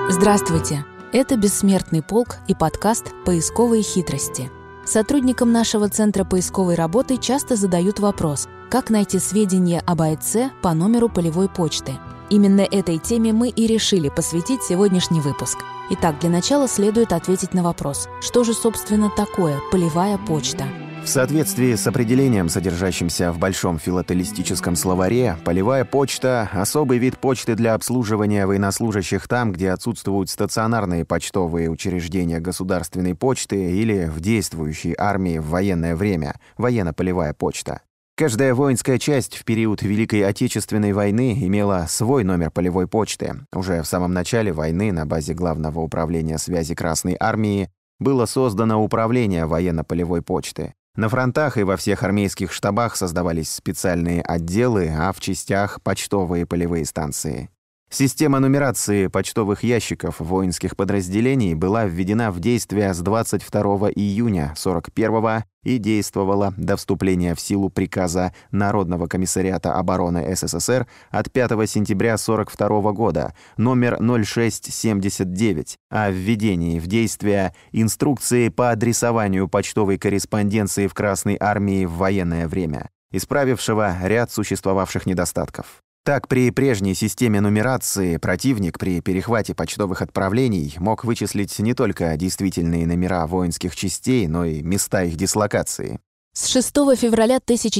Здравствуйте! Это «Бессмертный полк» и подкаст «Поисковые хитрости». Сотрудникам нашего Центра поисковой работы часто задают вопрос, как найти сведения о бойце по номеру полевой почты. Именно этой теме мы и решили посвятить сегодняшний выпуск. Итак, для начала следует ответить на вопрос, что же, собственно, такое полевая почта? В соответствии с определением, содержащимся в Большом филателистическом словаре, полевая почта – особый вид почты для обслуживания военнослужащих там, где отсутствуют стационарные почтовые учреждения государственной почты или в действующей армии в военное время – военно-полевая почта. Каждая воинская часть в период Великой Отечественной войны имела свой номер полевой почты. Уже в самом начале войны на базе Главного управления связи Красной армии было создано управление военно-полевой почты. На фронтах и во всех армейских штабах создавались специальные отделы, а в частях – почтовые полевые станции. Система нумерации почтовых ящиков воинских подразделений была введена в действие с 22 июня 1941 и действовала до вступления в силу приказа Народного комиссариата обороны СССР от 5 сентября 1942 года, номер 0679, о введении в действие инструкции по адресованию почтовой корреспонденции в Красной армии в военное время, исправившего ряд существовавших недостатков. Так, при прежней системе нумерации противник при перехвате почтовых отправлений мог вычислить не только действительные номера воинских частей, но и места их дислокации. С 6 февраля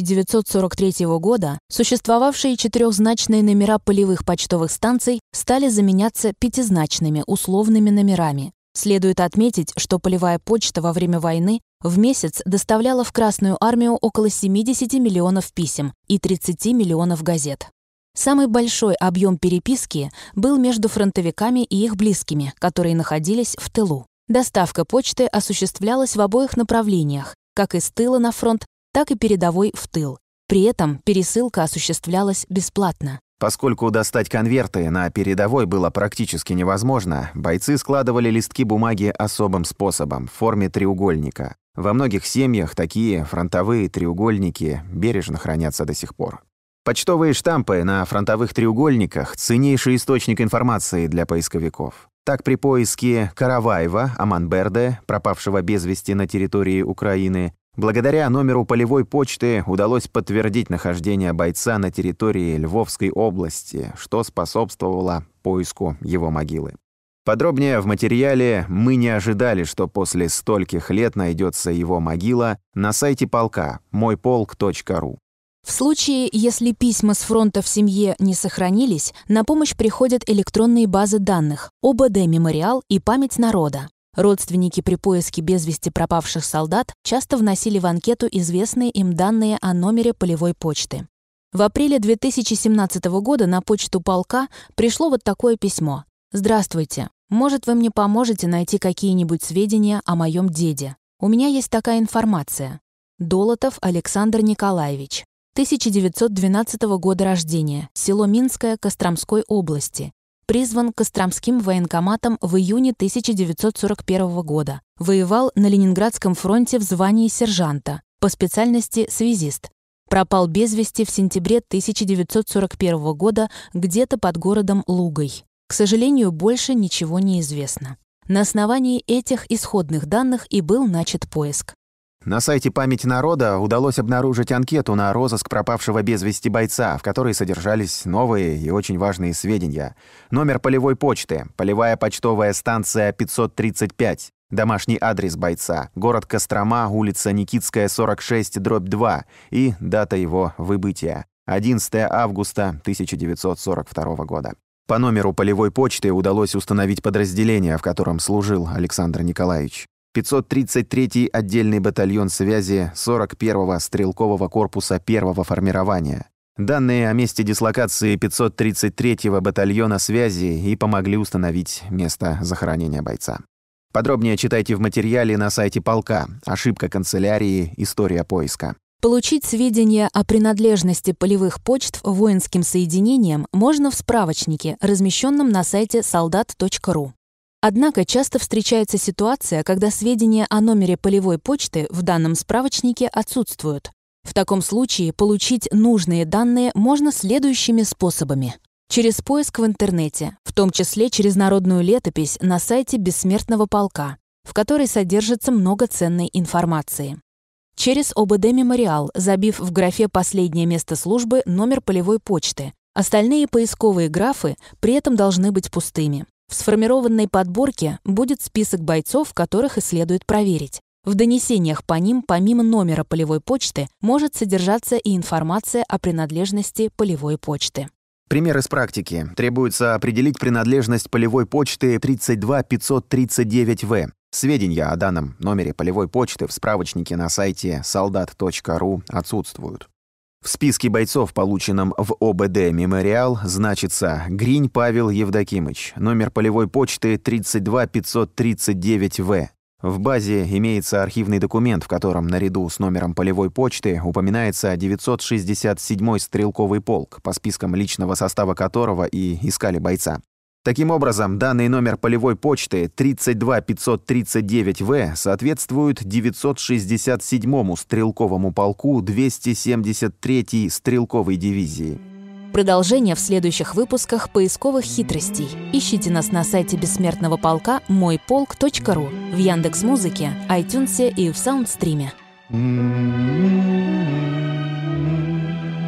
1943 года существовавшие четырехзначные номера полевых почтовых станций стали заменяться пятизначными условными номерами. Следует отметить, что полевая почта во время войны в месяц доставляла в Красную армию около 70 миллионов писем и 30 миллионов газет. Самый большой объем переписки был между фронтовиками и их близкими, которые находились в тылу. Доставка почты осуществлялась в обоих направлениях, как из тыла на фронт, так и передовой в тыл. При этом пересылка осуществлялась бесплатно. Поскольку достать конверты на передовой было практически невозможно, бойцы складывали листки бумаги особым способом, в форме треугольника. Во многих семьях такие фронтовые треугольники бережно хранятся до сих пор. Почтовые штампы на фронтовых треугольниках – ценнейший источник информации для поисковиков. Так, при поиске Караваева, Аманберде, пропавшего без вести на территории Украины, благодаря номеру полевой почты удалось подтвердить нахождение бойца на территории Львовской области, что способствовало поиску его могилы. Подробнее в материале мы не ожидали, что после стольких лет найдется его могила на сайте полка мойполк.ру. В случае, если письма с фронта в семье не сохранились, на помощь приходят электронные базы данных ОБД-мемориал и память народа. Родственники при поиске без вести пропавших солдат часто вносили в анкету известные им данные о номере полевой почты. В апреле 2017 года на почту полка пришло вот такое письмо. «Здравствуйте. Может, вы мне поможете найти какие-нибудь сведения о моем деде? У меня есть такая информация. Долотов Александр Николаевич. 1912 года рождения, село Минское Костромской области. Призван Костромским военкоматом в июне 1941 года. Воевал на Ленинградском фронте в звании сержанта, по специальности связист. Пропал без вести в сентябре 1941 года где-то под городом Лугой. К сожалению, больше ничего не известно». На основании этих исходных данных и был начат поиск. На сайте «Память народа» удалось обнаружить анкету на розыск пропавшего без вести бойца, в которой содержались новые и очень важные сведения. Номер полевой почты, полевая почтовая станция 535, домашний адрес бойца, город Кострома, улица Никитская, 46/2 и дата его выбытия – 11 августа 1942 года. По номеру полевой почты удалось установить подразделение, в котором служил Александр Николаевич. 533-й отдельный батальон связи 41-го стрелкового корпуса 1-го формирования. Данные о месте дислокации 533-го батальона связи и помогли установить место захоронения бойца. Подробнее читайте в материале на сайте полка. Ошибка канцелярии. История поиска. Получить сведения о принадлежности полевых почт воинским соединениям можно в справочнике, размещенном на сайте солдат.ру. Однако часто встречается ситуация, когда сведения о номере полевой почты в данном справочнике отсутствуют. В таком случае получить нужные данные можно следующими способами. через поиск в интернете, в том числе через народную летопись на сайте Бессмертного полка, в которой содержится много ценной информации. Через ОБД-мемориал, забив в графе «Последнее место службы» номер полевой почты. Остальные поисковые графы при этом должны быть пустыми. В сформированной подборке будет список бойцов, которых и следует проверить. В донесениях по ним, помимо номера полевой почты, может содержаться и информация о принадлежности полевой почты. Пример из практики. Требуется определить принадлежность полевой почты 32539В. Сведения о данном номере полевой почты в справочнике на сайте soldat.ru отсутствуют. В списке бойцов, полученном в ОБД «Мемориал», значится Гринь Павел Евдокимыч, номер полевой почты 32539В. В базе имеется архивный документ, в котором наряду с номером полевой почты упоминается 967-й стрелковый полк, по спискам личного состава которого и искали бойца. Таким образом, данный номер полевой почты 32539В соответствует 967-му стрелковому полку 273-й стрелковой дивизии. Продолжение в следующих выпусках поисковых хитростей. Ищите нас на сайте Бессмертного полка мойполк.ру, в Яндекс.Музыке, iTunes и в Саундстриме.